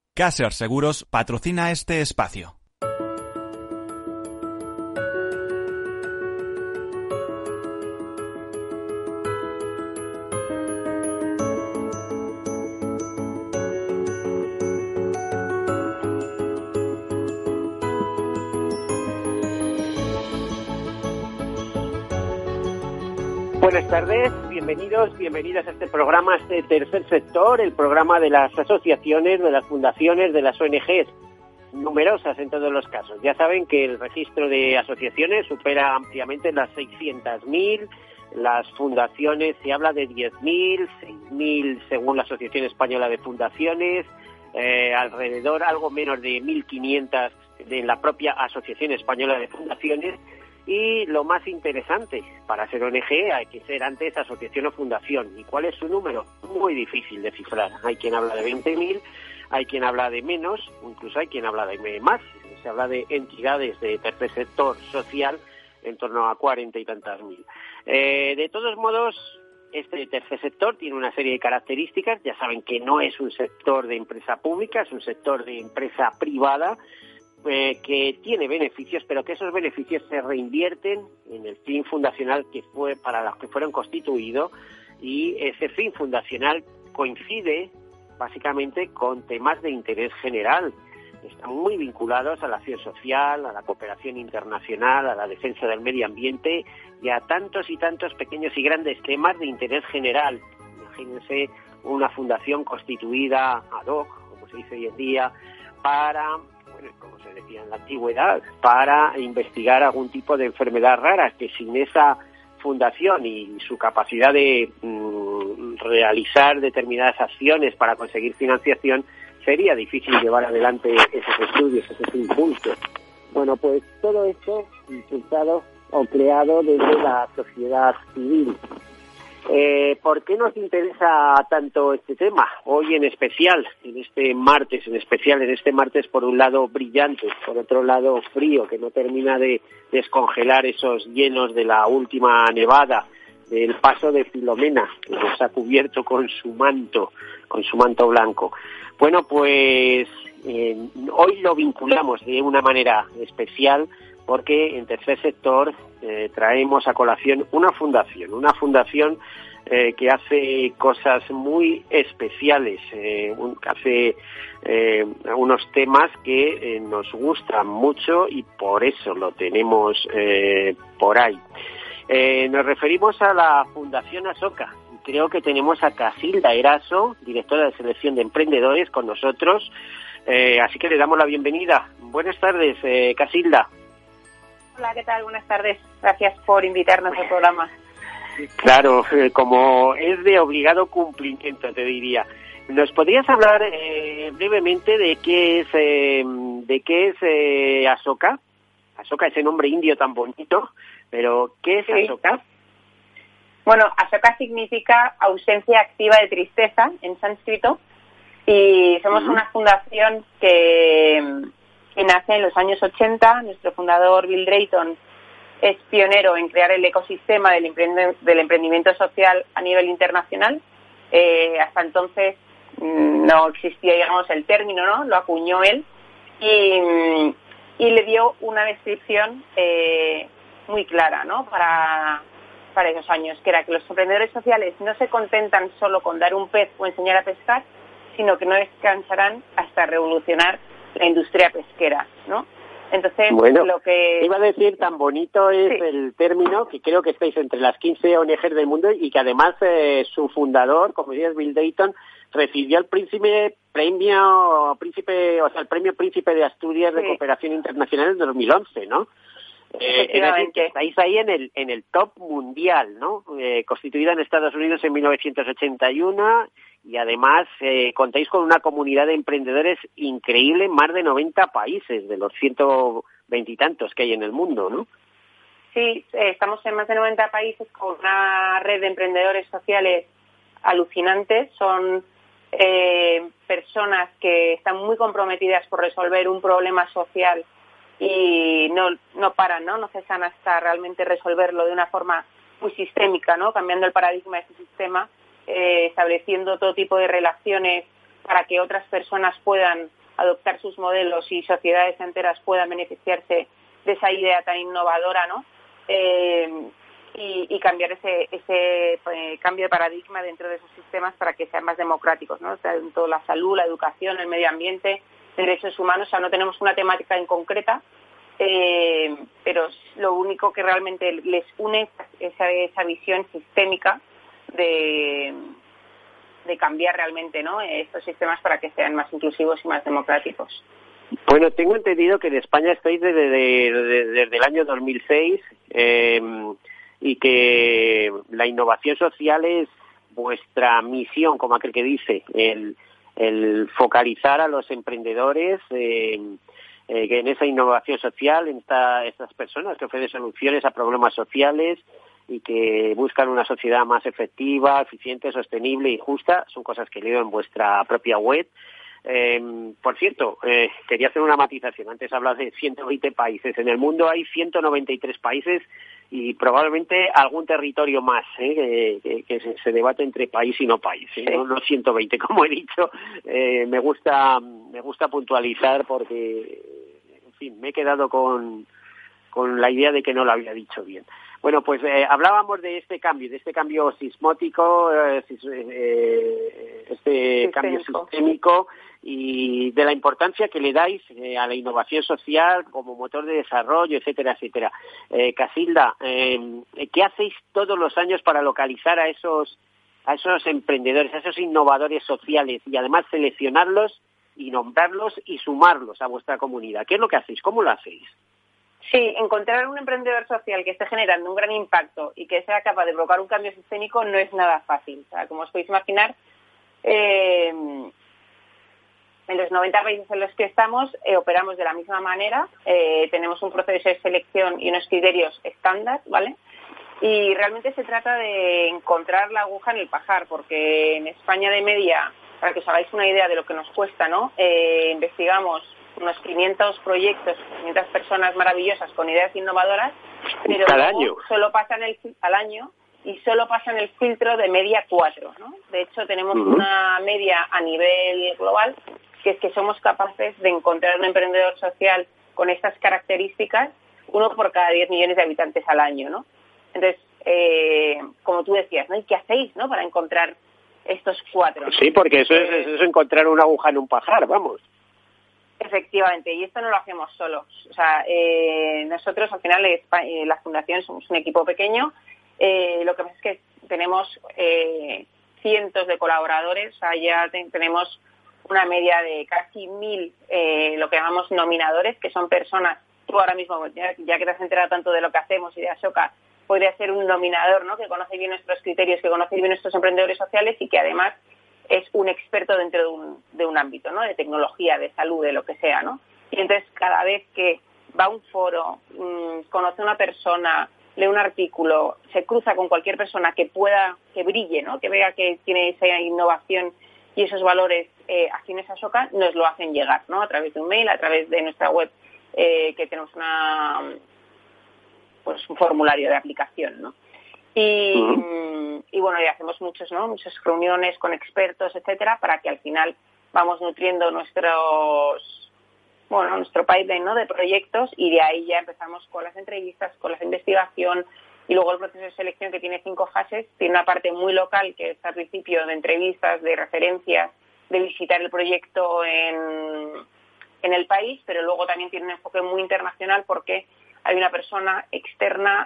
Caser Seguros patrocina este espacio. Buenas tardes, bienvenidas a este programa, este tercer sector, el programa de las asociaciones, de las fundaciones, de las ONGs, numerosas en todos los casos. Ya saben que el registro de asociaciones supera ampliamente las 600.000, las fundaciones se habla de 10.000, 6.000 según la Asociación Española de Fundaciones, alrededor algo menos de 1.500 de la propia Asociación Española de Fundaciones. Y lo más interesante, para ser ONG hay que ser antes asociación o fundación. ¿Y cuál es su número? Muy difícil de cifrar. Hay quien habla de 20.000, hay quien habla de menos, incluso hay quien habla de más. Se habla de entidades de tercer sector social en torno a 40 y tantas mil. De todos modos, este tercer sector tiene una serie de características. Ya saben que no es un sector de empresa pública, es un sector de empresa privada, que tiene beneficios, pero que esos beneficios se reinvierten en el fin fundacional que fue para los que fueron constituidos, y ese fin fundacional coincide básicamente con temas de interés general. Están muy vinculados a la acción social, a la cooperación internacional, a la defensa del medio ambiente y a tantos y tantos pequeños y grandes temas de interés general. Imagínense una fundación constituida ad hoc, como se dice hoy en día, para, como se decía en la antigüedad, para investigar algún tipo de enfermedad rara, que sin esa fundación y su capacidad de realizar determinadas acciones para conseguir financiación, sería difícil llevar adelante esos estudios, esos impulsos. Bueno, pues todo esto impulsado o creado desde la sociedad civil. ¿Por qué nos interesa tanto este tema? Hoy en especial, en este martes por un lado brillante, por otro lado frío, que no termina de descongelar esos hielos de la última nevada, del paso de Filomena, que nos ha cubierto con su manto blanco. Bueno, pues hoy lo vinculamos de una manera especial porque en tercer sector traemos a colación una fundación que hace cosas muy especiales, que hace unos temas que nos gustan mucho y por eso lo tenemos por ahí. Nos referimos a la Fundación Asoka. Creo que tenemos a Casilda Eraso, directora de Selección de Emprendedores, con nosotros, así que le damos la bienvenida. Buenas tardes, Casilda. Hola, ¿qué tal? Buenas tardes. Gracias por invitarnos al programa. Claro, como es de obligado cumplimiento, te diría. ¿Nos podrías hablar brevemente de qué es Asoka? Asoka, ese nombre indio tan bonito, pero ¿qué es Asoka? Bueno, Asoka significa ausencia activa de tristeza en sánscrito, y somos una fundación que nace en los años 80. Nuestro fundador, Bill Drayton, es pionero en crear el ecosistema del emprendimiento social a nivel internacional. Hasta entonces no existía, digamos, el término, ¿no? Lo acuñó él y le dio una descripción muy clara, ¿no? Para esos años, que era que los emprendedores sociales no se contentan solo con dar un pez o enseñar a pescar, sino que no descansarán hasta revolucionar la industria pesquera, ¿no? Entonces, bueno, lo que iba a decir, tan bonito es el término, que creo que estáis entre las 15 ONGs del mundo y que además su fundador, como decías, Bill Drayton, recibió el premio Príncipe de Asturias de Cooperación Internacional en 2011, ¿no? Es decir, que estáis ahí en el top mundial, ¿no? Constituida en Estados Unidos en 1981 y además contáis con una comunidad de emprendedores increíble en más de 90 países de los 120 y tantos que hay en el mundo, ¿no? Sí, estamos en más de 90 países con una red de emprendedores sociales alucinantes. Son personas que están muy comprometidas por resolver un problema social y no paran, no cesan hasta realmente resolverlo de una forma muy sistémica, ¿no? Cambiando el paradigma de ese sistema, estableciendo todo tipo de relaciones para que otras personas puedan adoptar sus modelos y sociedades enteras puedan beneficiarse de esa idea tan innovadora, ¿no? Y cambiar ese cambio de paradigma dentro de esos sistemas para que sean más democráticos, ¿no? Tanto la salud, la educación, el medio ambiente, derechos humanos. O sea, no tenemos una temática en concreta, pero lo único que realmente les une es esa visión sistémica de cambiar realmente, ¿no?, estos sistemas para que sean más inclusivos y más democráticos. Bueno, tengo entendido que en España estáis desde el año 2006 y que la innovación social es vuestra misión, como aquel que dice, el focalizar a los emprendedores en esa innovación social, en estas personas que ofrecen soluciones a problemas sociales y que buscan una sociedad más efectiva, eficiente, sostenible y justa. Son cosas que leo en vuestra propia web. Por cierto, quería hacer una matización. Antes hablabas de 120 países. En el mundo hay 193 países y probablemente algún territorio más que se debate entre país y no país. Sí. No 120, como he dicho. Me gusta puntualizar porque, en fin, me he quedado con la idea de que no lo había dicho bien. Bueno, pues hablábamos de este cambio sismótico, cambio sistémico y de la importancia que le dais a la innovación social como motor de desarrollo, etcétera, etcétera. Casilda, ¿qué hacéis todos los años para localizar a esos emprendedores, a esos innovadores sociales y además seleccionarlos y nombrarlos y sumarlos a vuestra comunidad? ¿Qué es lo que hacéis? ¿Cómo lo hacéis? Sí, encontrar un emprendedor social que esté generando un gran impacto y que sea capaz de provocar un cambio sistémico no es nada fácil. O sea, como os podéis imaginar, en los 90 países en los que estamos operamos de la misma manera. Tenemos un proceso de selección y unos criterios estándar, ¿vale? Y realmente se trata de encontrar la aguja en el pajar, porque en España de media, para que os hagáis una idea de lo que nos cuesta, ¿no? Investigamos unos 500 proyectos, 500 personas maravillosas con ideas innovadoras, pero solo pasan al año y solo pasan el filtro de media 4, ¿no? De hecho, tenemos una media a nivel global, que es que somos capaces de encontrar un emprendedor social con estas características, uno por cada 10 millones de habitantes al año, ¿no? Entonces, como tú decías, ¿no? ¿Y qué hacéis, no, para encontrar estos 4? Sí, porque eso es encontrar una aguja en un pajar, vamos. Efectivamente, y esto no lo hacemos solos. O sea, nosotros al final, la Fundación, somos un equipo pequeño. Lo que pasa es que tenemos cientos de colaboradores. O sea, ya tenemos una media de casi 1.000, lo que llamamos nominadores, que son personas, tú ahora mismo, ya que te has enterado tanto de lo que hacemos y de Ashoka, podría ser un nominador, ¿no?, que conoce bien nuestros criterios, que conoce bien nuestros emprendedores sociales y que además es un experto dentro de un ámbito, ¿no?, de tecnología, de salud, de lo que sea, ¿no? Y entonces cada vez que va a un foro, conoce a una persona, lee un artículo, se cruza con cualquier persona que brille, ¿no?, que vea que tiene esa innovación y esos valores afines a Ashoka, nos lo hacen llegar, ¿no?, a través de un mail, a través de nuestra web, que tenemos un formulario de aplicación, ¿no? Y bueno, y hacemos muchas reuniones con expertos, etcétera, para que al final vamos nutriendo nuestro pipeline, ¿no?, de proyectos, y de ahí ya empezamos con las entrevistas, con la investigación, y luego el proceso de selección, que tiene 5 fases, tiene una parte muy local, que es al principio de entrevistas, de referencias, de visitar el proyecto en el país, pero luego también tiene un enfoque muy internacional, porque hay una persona externa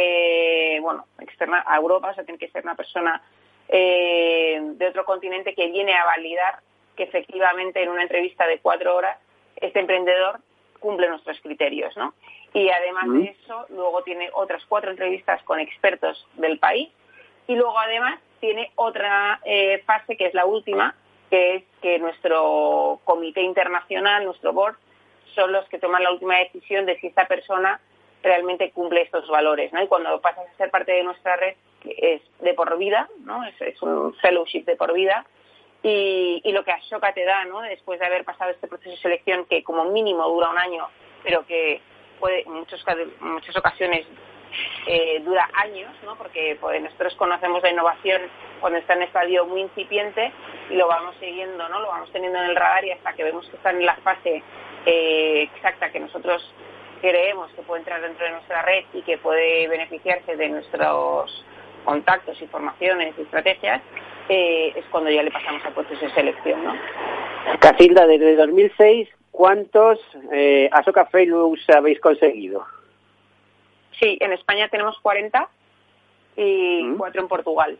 a Europa, o sea, tiene que ser una persona de otro continente que viene a validar que efectivamente en una entrevista de 4 horas este emprendedor cumple nuestros criterios, ¿no? Y además de eso, luego tiene otras 4 entrevistas con expertos del país, y luego además tiene otra fase, que es la última, que es que nuestro comité internacional, nuestro board, son los que toman la última decisión de si esta persona realmente cumple estos valores, ¿no? Y cuando pasas a ser parte de nuestra red, que es de por vida, ¿no? Es un fellowship de por vida, y lo que Ashoka te da, ¿no?, después de haber pasado este proceso de selección, que como mínimo dura un año, pero que puede en muchas ocasiones dura años, ¿no? Porque pues, nosotros conocemos la innovación cuando está en estadio muy incipiente y lo vamos siguiendo, ¿no? Lo vamos teniendo en el radar y hasta que vemos que está en la fase exacta que nosotros creemos que puede entrar dentro de nuestra red y que puede beneficiarse de nuestros contactos, informaciones y estrategias, es cuando ya le pasamos al proceso de selección, ¿no? Casilda, desde 2006, ¿cuántos Asoka Fellows habéis conseguido? Sí, en España tenemos 40 y 4 en Portugal.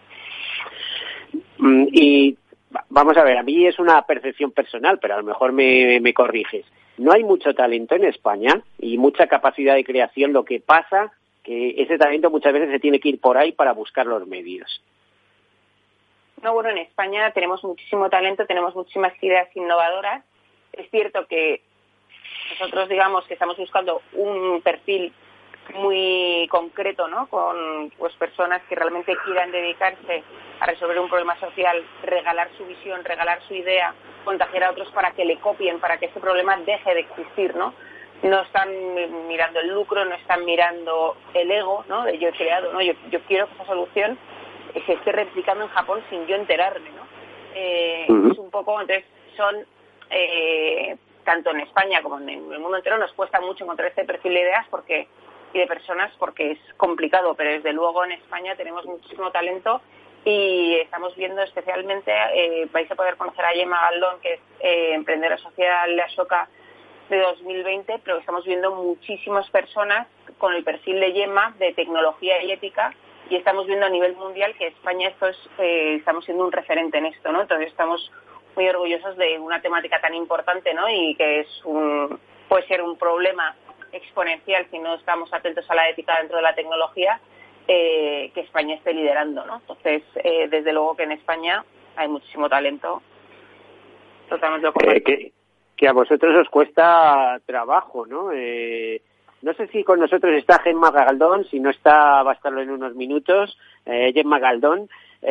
Y vamos a ver, a mí es una percepción personal, pero a lo mejor me corriges. No hay mucho talento en España y mucha capacidad de creación, lo que pasa que ese talento muchas veces se tiene que ir por ahí para buscar los medios. No, bueno, en España tenemos muchísimo talento, tenemos muchísimas ideas innovadoras. Es cierto que nosotros digamos que estamos buscando un perfil muy concreto, ¿no? Con pues personas que realmente quieran dedicarse a resolver un problema social, regalar su visión, regalar su idea, contagiar a otros para que le copien, para que ese problema deje de existir, ¿no? No están mirando el lucro, no están mirando el ego, ¿no? De yo he creado, ¿no? Yo quiero que esa solución se esté replicando en Japón sin yo enterarme, ¿no? Es un poco, entonces son tanto en España como en el mundo entero nos cuesta mucho encontrar este perfil de ideas y de personas porque es complicado, pero desde luego en España tenemos muchísimo talento y estamos viendo especialmente, vais a poder conocer a Gemma Galdón, que es emprendedora social de Asoka de 2020, pero estamos viendo muchísimas personas con el perfil de Gemma de tecnología y ética y estamos viendo a nivel mundial que España estamos siendo un referente en esto, ¿no? Entonces estamos muy orgullosos de una temática tan importante, ¿no? Y que puede ser un problema exponencial si no estamos atentos a la ética dentro de la tecnología, que España esté liderando, ¿no? Entonces, desde luego que en España hay muchísimo talento. Totalmente lo comparto. Que a vosotros os cuesta trabajo, ¿no? No sé si con nosotros está Gemma Galdón, si no está, va a estarlo en unos minutos. Gemma Galdón,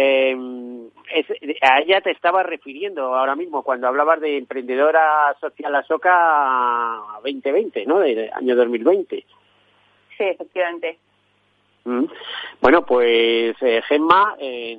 a ella te estaba refiriendo ahora mismo cuando hablabas de emprendedora social Asoka 2020, ¿no? Del año 2020. Sí, efectivamente. Bueno, pues Gemma,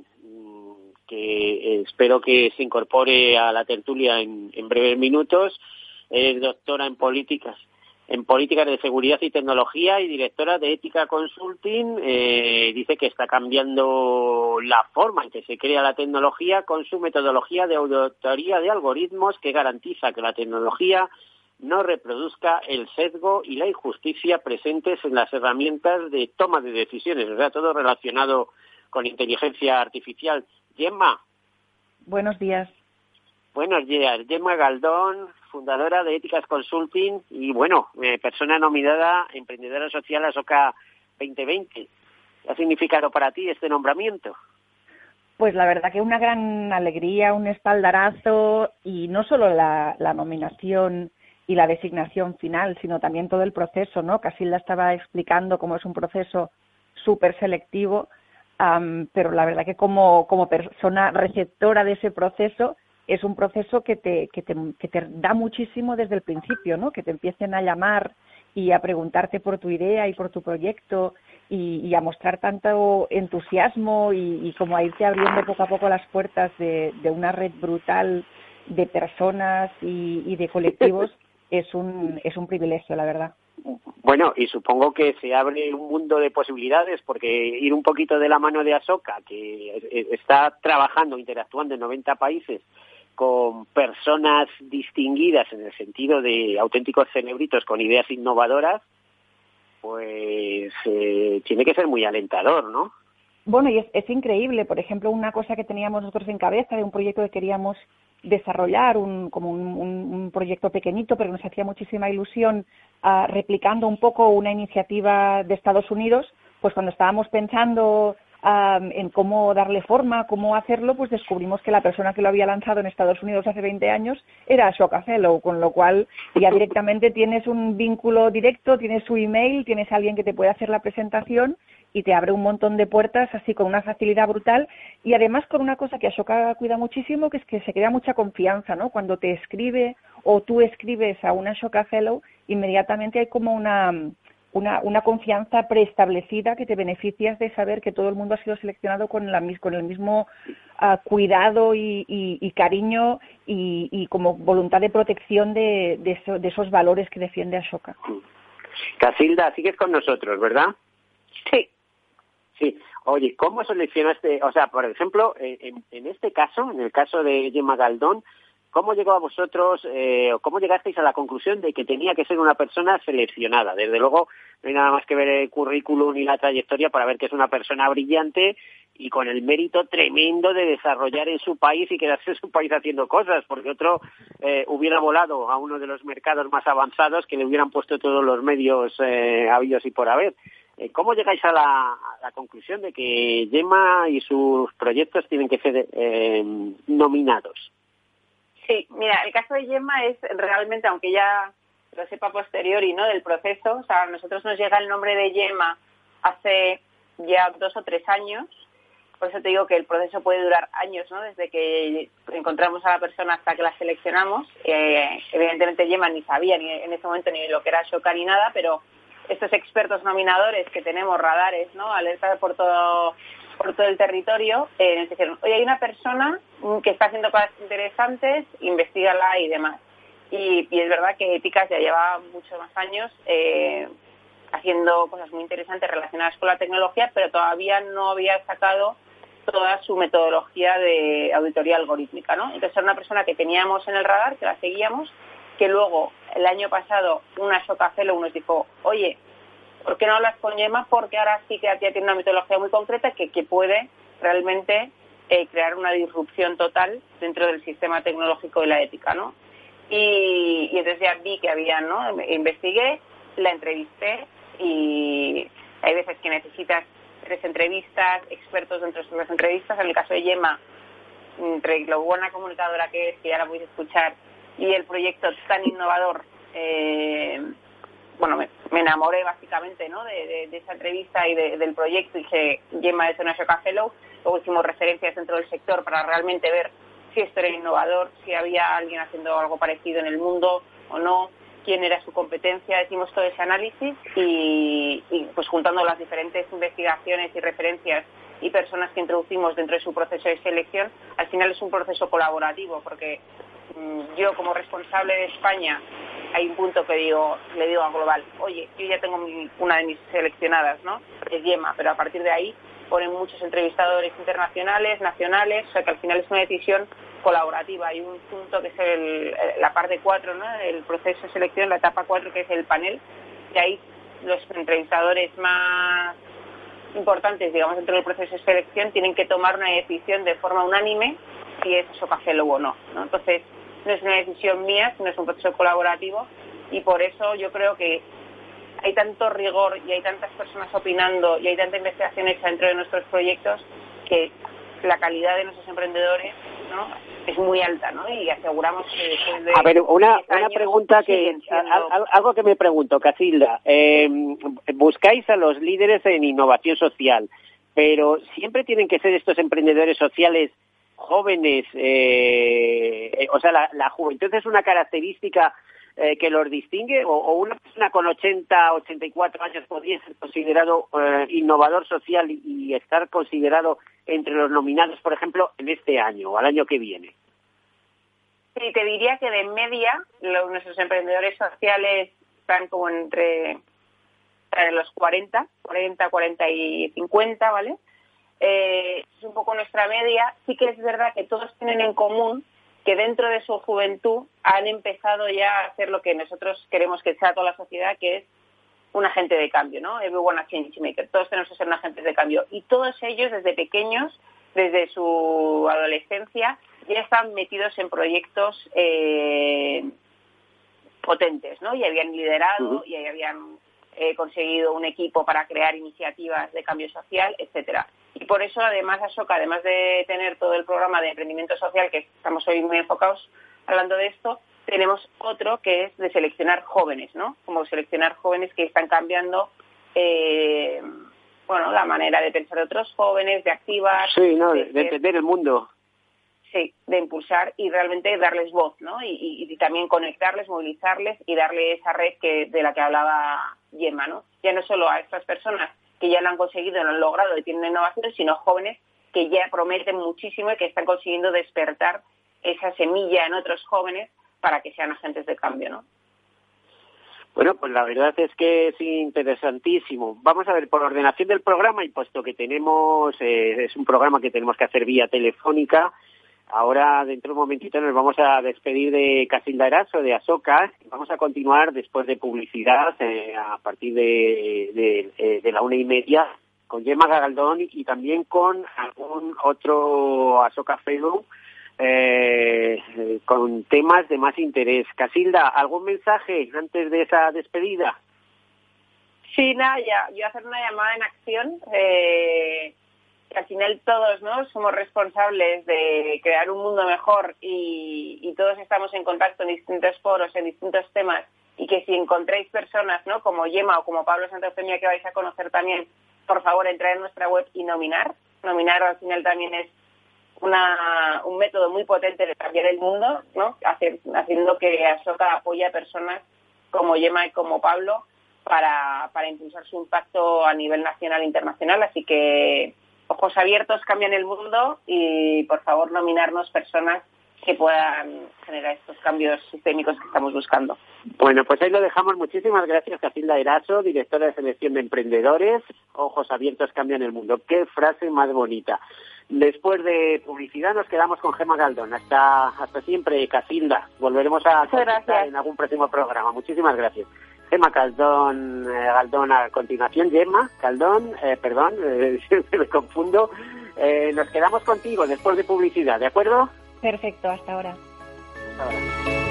que espero que se incorpore a la tertulia en breves minutos, es doctora en políticas de seguridad y tecnología y directora de Ética Consulting. Dice que está cambiando la forma en que se crea la tecnología con su metodología de auditoría de algoritmos que garantiza que la tecnología no reproduzca el sesgo y la injusticia presentes en las herramientas de toma de decisiones, o sea, todo relacionado con inteligencia artificial. Gemma. Buenos días. Buenos días. Gemma Galdón, fundadora de Éticas Consulting y, bueno, persona nominada emprendedora social Asoka 2020. ¿Qué ha significado para ti este nombramiento? Pues la verdad que una gran alegría, un espaldarazo y no solo la nominación y la designación final, sino también todo el proceso, ¿no? Casilda estaba explicando cómo es un proceso súper selectivo, pero la verdad que como persona receptora de ese proceso es un proceso que te da muchísimo desde el principio, ¿no? Que te empiecen a llamar y a preguntarte por tu idea y por tu proyecto y a mostrar tanto entusiasmo y como a irte abriendo poco a poco las puertas de una red brutal de personas y de colectivos es un privilegio, la verdad. Bueno, y supongo que se abre un mundo de posibilidades porque ir un poquito de la mano de Asoka, que está trabajando, interactuando en 90 países con personas distinguidas en el sentido de auténticos cerebritos con ideas innovadoras, pues tiene que ser muy alentador, ¿no? Bueno, y es increíble. Por ejemplo, una cosa que teníamos nosotros en cabeza de un proyecto que queríamos desarrollar, un proyecto pequeñito, pero nos hacía muchísima ilusión, replicando un poco una iniciativa de Estados Unidos, pues cuando estábamos pensando en cómo darle forma, cómo hacerlo, pues descubrimos que la persona que lo había lanzado en Estados Unidos hace 20 años era Asoka Fellow, con lo cual ya directamente tienes un vínculo directo, tienes su email, tienes a alguien que te puede hacer la presentación y te abre un montón de puertas así con una facilidad brutal y además con una cosa que Asoka cuida muchísimo, que es que se crea mucha confianza, ¿no? Cuando te escribe o tú escribes a una Asoka Fellow, inmediatamente hay como una una confianza preestablecida que te beneficias de saber que todo el mundo ha sido seleccionado con el mismo cuidado y cariño y como voluntad de protección de esos valores que defiende Ashoka. Casilda, sigues con nosotros, ¿verdad? Sí. Sí. Oye, ¿cómo seleccionaste? O sea, por ejemplo, en este caso, en el caso de Gemma Galdón, ¿cómo llegó a vosotros, o cómo llegasteis a la conclusión de que tenía que ser una persona seleccionada? Desde luego, no hay nada más que ver el currículum y la trayectoria para ver que es una persona brillante y con el mérito tremendo de desarrollar en su país y quedarse en su país haciendo cosas, porque otro hubiera volado a uno de los mercados más avanzados que le hubieran puesto todos los medios habidos y por haber. ¿Cómo llegáis a la conclusión de que Gemma y sus proyectos tienen que ser nominados? Sí, mira, el caso de Gemma es realmente, aunque ya lo sepa a posteriori, ¿no?, del proceso, o sea, a nosotros nos llega el nombre de Gemma hace ya 2 o 3 años, por eso te digo que el proceso puede durar años, ¿no?, desde que encontramos a la persona hasta que la seleccionamos. Evidentemente Gemma ni sabía ni en ese momento ni lo que era Ashoka ni nada, pero estos expertos nominadores que tenemos, radares, ¿no?, alertas por todo el territorio, nos dijeron, oye, hay una persona que está haciendo cosas interesantes, investígala y demás. Y es verdad que Epicas ya lleva muchos más años haciendo cosas muy interesantes relacionadas con la tecnología, pero todavía no había sacado toda su metodología de auditoría algorítmica, ¿no? Entonces era una persona que teníamos en el radar, que la seguíamos, que luego el año pasado una Ashoka Fellow nos dijo, oye, ¿por qué no hablas con Gemma? Porque ahora sí que tiene una metodología muy concreta que puede realmente crear una disrupción total dentro del sistema tecnológico y la ética, ¿no? Y entonces ya vi que había, ¿no? Investigué, la entrevisté y hay veces que necesitas 3 entrevistas, expertos dentro de las entrevistas. En el caso de Gemma, entre lo buena comunicadora que es, que ya la podéis escuchar, y el proyecto tan innovador, bueno, me enamoré básicamente, ¿no?, de esa entrevista y del proyecto, y que Gemma es una Ashoka Fellow. Luego hicimos referencias dentro del sector para realmente ver si esto era innovador, si había alguien haciendo algo parecido en el mundo o no, quién era su competencia. Hicimos todo ese análisis y pues juntando las diferentes investigaciones y referencias y personas que introducimos dentro de su proceso de selección, al final es un proceso colaborativo, porque yo como responsable de España hay un punto que le digo a Global, oye, yo ya tengo una de mis seleccionadas, ¿no?, es Gemma, pero a partir de ahí ponen muchos entrevistadores internacionales, nacionales, o sea que al final es una decisión colaborativa. Hay un punto que es la parte 4, ¿no?, el proceso de selección, la etapa 4, que es el panel, y ahí los entrevistadores más importantes, digamos, dentro del proceso de selección tienen que tomar una decisión de forma unánime si es Ashoka Fellow o no, ¿no? Entonces, no es una decisión mía, sino es un proceso colaborativo, y por eso yo creo que hay tanto rigor y hay tantas personas opinando y hay tanta investigación hecha dentro de nuestros proyectos que la calidad de nuestros emprendedores, ¿no?, es muy alta, ¿no? Y aseguramos que después de... A ver, una años, pregunta algo que me pregunto, Casilda. Buscáis a los líderes en innovación social, pero siempre tienen que ser estos emprendedores sociales jóvenes, o sea, la juventud es una característica que los distingue, o una persona con 80, 84 años podría ser considerado innovador social y estar considerado entre los nominados, por ejemplo, en este año o al año que viene. Sí, te diría que de media nuestros emprendedores sociales están como entre los 40 y 50, ¿vale? Es un poco nuestra media. Sí que es verdad que todos tienen en común que dentro de su juventud han empezado ya a hacer lo que nosotros queremos que sea toda la sociedad, que es un agente de cambio, ¿no? Everyone a change maker. Todos tenemos que ser un agente de cambio. Y todos ellos, desde pequeños, desde su adolescencia, ya están metidos en proyectos potentes, ¿no? Y habían liderado, y habían conseguido un equipo para crear iniciativas de cambio social, etcétera. Y por eso, además, Ashoka, además de tener todo el programa de emprendimiento social, que estamos hoy muy enfocados hablando de esto, tenemos otro que es de seleccionar jóvenes, ¿no? Como seleccionar jóvenes que están cambiando, la manera de pensar de otros jóvenes, de activar... Sí, ¿no? De entender el mundo. Sí, de impulsar y realmente darles voz, ¿no? Y también conectarles, movilizarles y darle esa red de la que hablaba Gemma, ¿no? Ya no solo a estas personas que ya lo han conseguido, lo han logrado y tienen innovaciones, sino jóvenes que ya prometen muchísimo y que están consiguiendo despertar esa semilla en otros jóvenes para que sean agentes de cambio, ¿no? Bueno, pues la verdad es que es interesantísimo. Vamos a ver, por ordenación del programa, y puesto que tenemos, es un programa que tenemos que hacer vía telefónica, ahora dentro de un momentito nos vamos a despedir de Casilda Eraso, de Asoka, y vamos a continuar después de publicidad, a partir de la 1:30, con Gemma Galdón y también con algún otro Asoka Fellow, con temas de más interés. Casilda, ¿algún mensaje antes de esa despedida? Sí, nada, yo hacer una llamada en acción, que al final todos, ¿no?, somos responsables de crear un mundo mejor y todos estamos en contacto en distintos foros, en distintos temas, y que si encontráis personas, ¿no?, como Gemma o como Pablo Santa Eufemia, que vais a conocer también, por favor, entrar en nuestra web y nominar. Nominar al final también es un método muy potente de cambiar el mundo, ¿no?, haciendo que Asoka apoye a personas como Gemma y como Pablo para impulsar su impacto a nivel nacional e internacional. Así que ojos abiertos, cambian el mundo, y por favor nominarnos personas que puedan generar estos cambios sistémicos que estamos buscando. Bueno, pues ahí lo dejamos. Muchísimas gracias, Casilda Eraso, directora de selección de emprendedores. Ojos abiertos, cambian el mundo. Qué frase más bonita. Después de publicidad nos quedamos con Gemma Galdón. Hasta siempre, Casilda. Volveremos a contactar en algún próximo programa. Muchísimas gracias. Gemma Galdón a continuación. Gemma Galdón, perdón, me confundo. Nos quedamos contigo después de publicidad, ¿de acuerdo? Perfecto, hasta ahora. Hasta ahora.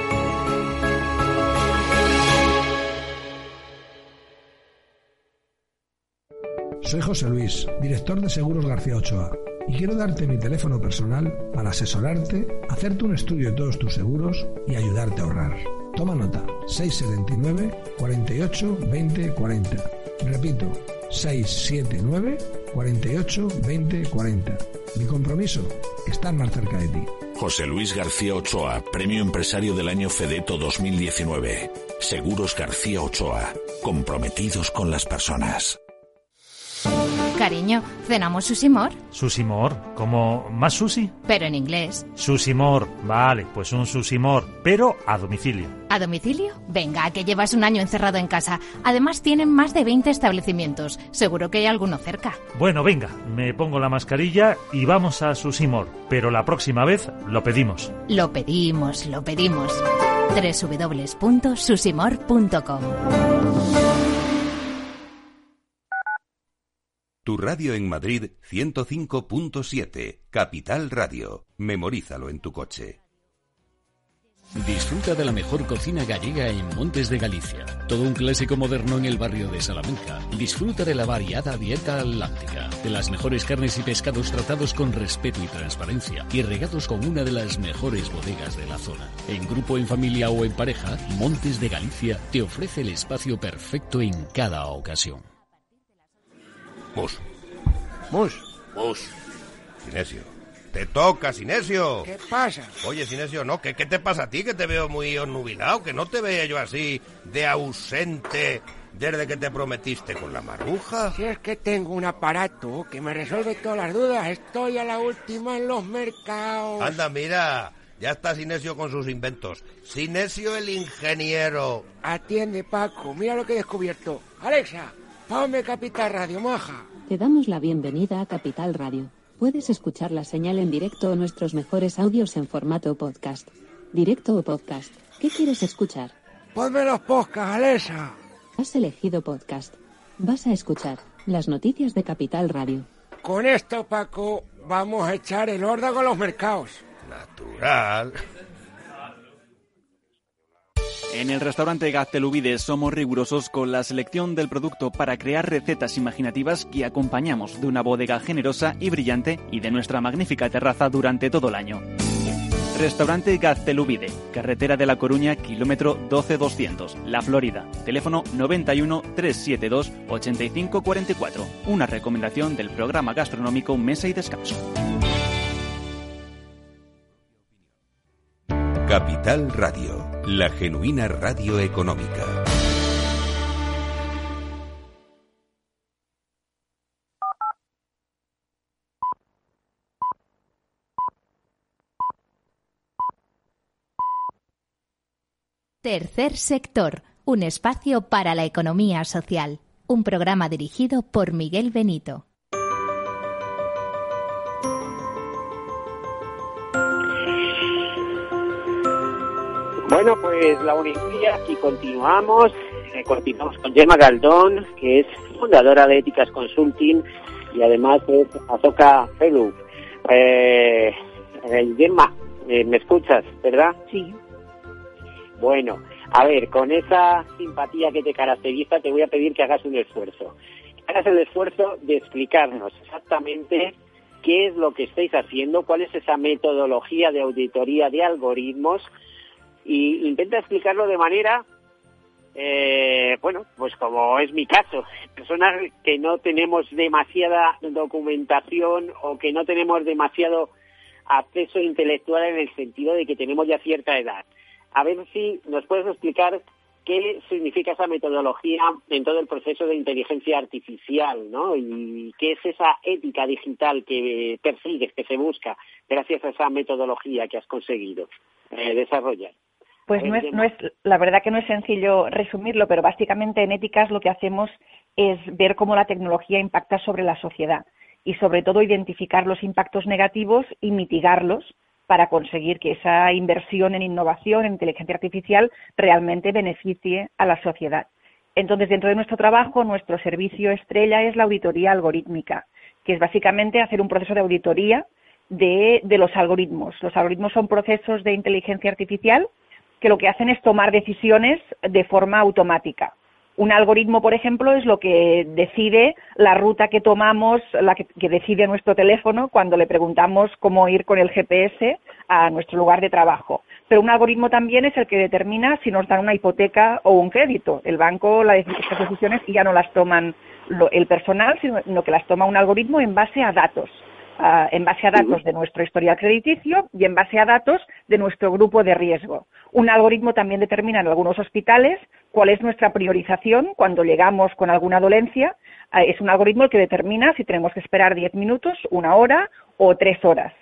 Soy José Luis, director de Seguros García Ochoa, y quiero darte mi teléfono personal para asesorarte, hacerte un estudio de todos tus seguros y ayudarte a ahorrar. Toma nota: 679 48 20 40. Repito, 679 48 20 40. Mi compromiso, estar más cerca de ti. José Luis García Ochoa, Premio Empresario del Año Fedeto 2019. Seguros García Ochoa, comprometidos con las personas. Cariño, ¿cenamos Sushimor? ¿Sushimor? ¿Como más sushi? Pero en inglés. Sushimor, vale, pues un Sushimor, pero a domicilio. ¿A domicilio? Venga, que llevas un año encerrado en casa. Además tienen más de 20 establecimientos. Seguro que hay alguno cerca. Bueno, venga, me pongo la mascarilla y vamos a Sushimor, pero la próxima vez lo pedimos. Lo pedimos. www.sushimor.com. Tu radio en Madrid 105.7, Capital Radio. Memorízalo en tu coche. Disfruta de la mejor cocina gallega en Montes de Galicia. Todo un clásico moderno en el barrio de Salamanca. Disfruta de la variada dieta atlántica, de las mejores carnes y pescados tratados con respeto y transparencia y regados con una de las mejores bodegas de la zona. En grupo, en familia o en pareja, Montes de Galicia te ofrece el espacio perfecto en cada ocasión. Mus. Sinesio. ¡Te toca, Sinesio! ¿Qué pasa? Oye, Sinesio, ¿no? ¿Qué te pasa a ti? Que te veo muy onnubilado, que no te veía yo así de ausente desde que te prometiste con la Maruja. Si es que tengo un aparato que me resuelve todas las dudas. Estoy a la última en los mercados. Anda, mira, ya está Sinesio con sus inventos. Sinesio el ingeniero. Atiende, Paco, mira lo que he descubierto. Alexa, ponme Capital Radio, maja. Te damos la bienvenida a Capital Radio. Puedes escuchar la señal en directo o nuestros mejores audios en formato podcast. ¿Directo o podcast? ¿Qué quieres escuchar? Ponme los podcasts, Alexa. Has elegido podcast. Vas a escuchar las noticias de Capital Radio. Con esto, Paco, vamos a echar el órdago a los mercados. Natural. En el restaurante Gaztelubides somos rigurosos con la selección del producto para crear recetas imaginativas que acompañamos de una bodega generosa y brillante y de nuestra magnífica terraza durante todo el año. Restaurante Gaztelubide, carretera de La Coruña, kilómetro 12200, La Florida. Teléfono 91 372 8544. Una recomendación del programa gastronómico Mesa y Descanso. Capital Radio, la genuina radio económica. Tercer sector, un espacio para la economía social. Un programa dirigido por Miguel Benito. Bueno, pues la Unidad, aquí continuamos con Gemma Galdón, que es fundadora de Éticas Consulting y además es Azoka Fellow. Gemma, ¿me escuchas, verdad? Sí. Bueno, a ver, con esa simpatía que te caracteriza, te voy a pedir que hagas un esfuerzo. Hagas el esfuerzo de explicarnos exactamente qué es lo que estáis haciendo, cuál es esa metodología de auditoría de algoritmos, y intenta explicarlo de manera, pues como es mi caso, personas que no tenemos demasiada documentación o que no tenemos demasiado acceso intelectual en el sentido de que tenemos ya cierta edad. A ver si nos puedes explicar qué significa esa metodología en todo el proceso de inteligencia artificial, ¿no? Y qué es esa ética digital que persigues, que se busca, gracias a esa metodología que has conseguido desarrollar. Pues la verdad que no es sencillo resumirlo, pero básicamente en Éticas lo que hacemos es ver cómo la tecnología impacta sobre la sociedad y sobre todo identificar los impactos negativos y mitigarlos para conseguir que esa inversión en innovación, en inteligencia artificial, realmente beneficie a la sociedad. Entonces, dentro de nuestro trabajo, nuestro servicio estrella es la auditoría algorítmica, que es básicamente hacer un proceso de auditoría de los algoritmos. Los algoritmos son procesos de inteligencia artificial que lo que hacen es tomar decisiones de forma automática. Un algoritmo, por ejemplo, es lo que decide la ruta que tomamos, la que decide nuestro teléfono cuando le preguntamos cómo ir con el GPS a nuestro lugar de trabajo. Pero un algoritmo también es el que determina si nos dan una hipoteca o un crédito. El banco, estas decisiones ya no las toman el personal, sino que las toma un algoritmo en base a datos. En base a datos de nuestro historial crediticio y en base a datos de nuestro grupo de riesgo. Un algoritmo también determina en algunos hospitales cuál es nuestra priorización cuando llegamos con alguna dolencia. Es un algoritmo el que determina si tenemos que esperar 10 minutos, 1 hora o 3 horas.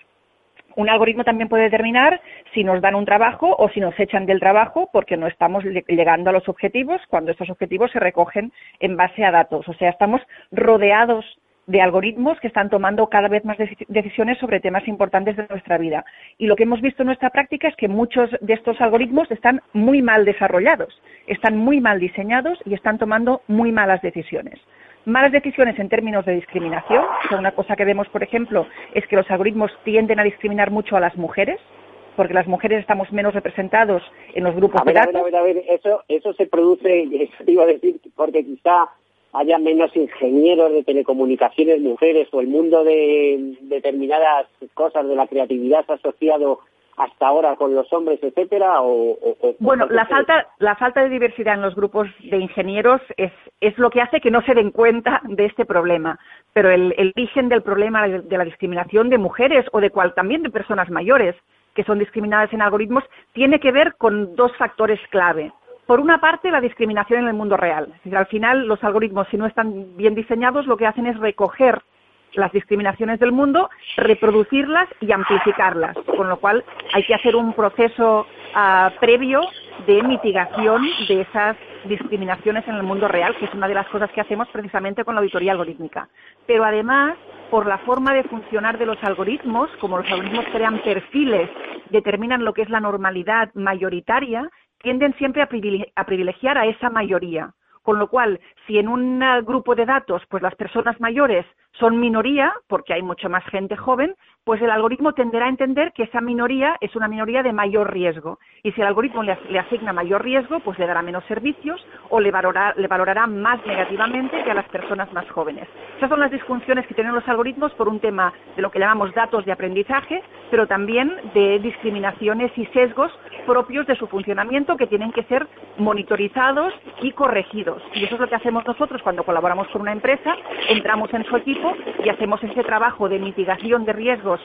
Un algoritmo también puede determinar si nos dan un trabajo o si nos echan del trabajo porque no estamos llegando a los objetivos cuando estos objetivos se recogen en base a datos. O sea, estamos rodeados de algoritmos que están tomando cada vez más decisiones sobre temas importantes de nuestra vida. Y lo que hemos visto en nuestra práctica es que muchos de estos algoritmos están muy mal desarrollados, están muy mal diseñados y están tomando muy malas decisiones. Malas decisiones en términos de discriminación. O sea, una cosa que vemos, por ejemplo, es que los algoritmos tienden a discriminar mucho a las mujeres, porque las mujeres estamos menos representados en los grupos de datos. A ver, eso se produce, eso te iba a decir, porque quizá haya menos ingenieros de telecomunicaciones mujeres o el mundo de determinadas cosas de la creatividad asociado hasta ahora con los hombres, etcétera, Bueno, la falta de diversidad en los grupos de ingenieros es lo que hace que no se den cuenta de este problema, pero el origen del problema de la discriminación de mujeres o también de personas mayores que son discriminadas en algoritmos tiene que ver con 2 factores clave. Por una parte, la discriminación en el mundo real. Es decir, al final, los algoritmos, si no están bien diseñados, lo que hacen es recoger las discriminaciones del mundo, reproducirlas y amplificarlas. Con lo cual, hay que hacer un proceso previo de mitigación de esas discriminaciones en el mundo real, que es una de las cosas que hacemos precisamente con la auditoría algorítmica. Pero además, por la forma de funcionar de los algoritmos, como los algoritmos crean perfiles, determinan lo que es la normalidad mayoritaria, tienden siempre a privilegiar a esa mayoría. Con lo cual, si en un grupo de datos pues las personas mayores son minoría, porque hay mucha más gente joven, pues el algoritmo tenderá a entender que esa minoría es una minoría de mayor riesgo. Y si el algoritmo le asigna mayor riesgo, pues le dará menos servicios o le valorará más negativamente que a las personas más jóvenes. Esas son las disfunciones que tienen los algoritmos por un tema de lo que llamamos datos de aprendizaje, pero también de discriminaciones y sesgos propios de su funcionamiento que tienen que ser monitorizados y corregidos. Y eso es lo que hacemos nosotros cuando colaboramos con una empresa, entramos en su equipo y hacemos ese trabajo de mitigación de riesgos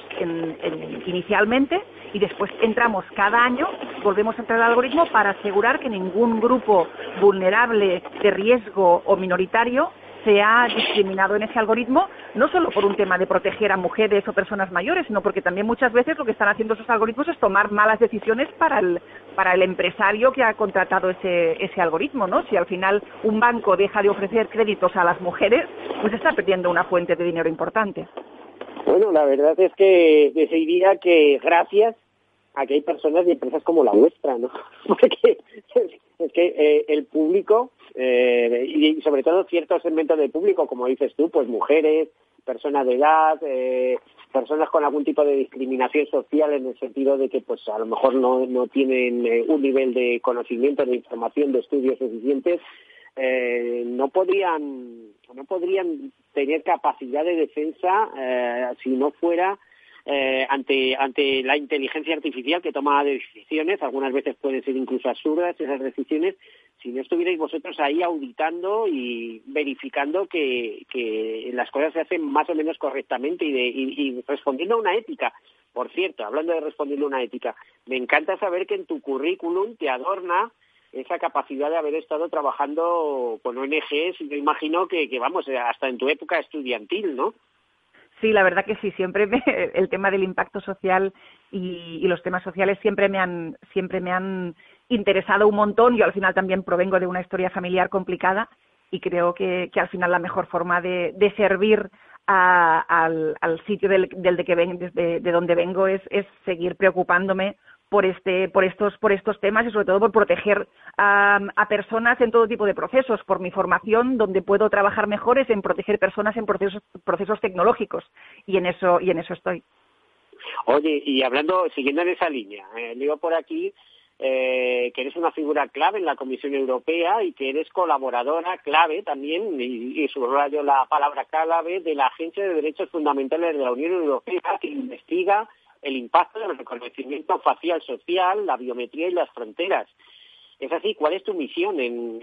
inicialmente y después entramos cada año, volvemos a entrar al algoritmo para asegurar que ningún grupo vulnerable de riesgo o minoritario sea discriminado en ese algoritmo, no solo por un tema de proteger a mujeres o personas mayores, sino porque también muchas veces lo que están haciendo esos algoritmos es tomar malas decisiones para para el empresario que ha contratado ese algoritmo, ¿no? Si al final un banco deja de ofrecer créditos a las mujeres, pues está perdiendo una fuente de dinero importante. Bueno, la verdad es que decidiría que gracias a que hay personas y empresas como la vuestra, ¿no? Porque es que el público, y sobre todo ciertos segmentos del público, como dices tú, pues mujeres, personas de edad, personas con algún tipo de discriminación social, en el sentido de que pues a lo mejor no tienen un nivel de conocimiento, de información, de estudios suficientes, no podrían tener capacidad de defensa si no fuera ante la inteligencia artificial que toma decisiones. Algunas veces pueden ser incluso absurdas esas decisiones, si no estuvierais vosotros ahí auditando y verificando que las cosas se hacen más o menos correctamente y respondiendo a una ética. Por cierto, hablando de respondiendo a una ética, me encanta saber que en tu currículum te adorna esa capacidad de haber estado trabajando con ONGs, y yo imagino que vamos, hasta en tu época estudiantil, ¿no? Sí, la verdad que sí, siempre el tema del impacto social y los temas sociales siempre me han interesado un montón. Yo al final también provengo de una historia familiar complicada y creo que al final la mejor forma de servir al sitio de donde vengo es seguir preocupándome por estos temas y sobre todo por proteger a personas en todo tipo de procesos. Por mi formación, donde puedo trabajar mejor es en proteger personas en procesos tecnológicos, y en eso estoy. Oye, y siguiendo en esa línea, digo por aquí que eres una figura clave en la Comisión Europea y que eres colaboradora clave también, y subrayo la palabra clave, de la Agencia de Derechos Fundamentales de la Unión Europea, que investiga el impacto del reconocimiento facial social, la biometría y las fronteras. ¿Es así? ¿Cuál es tu misión en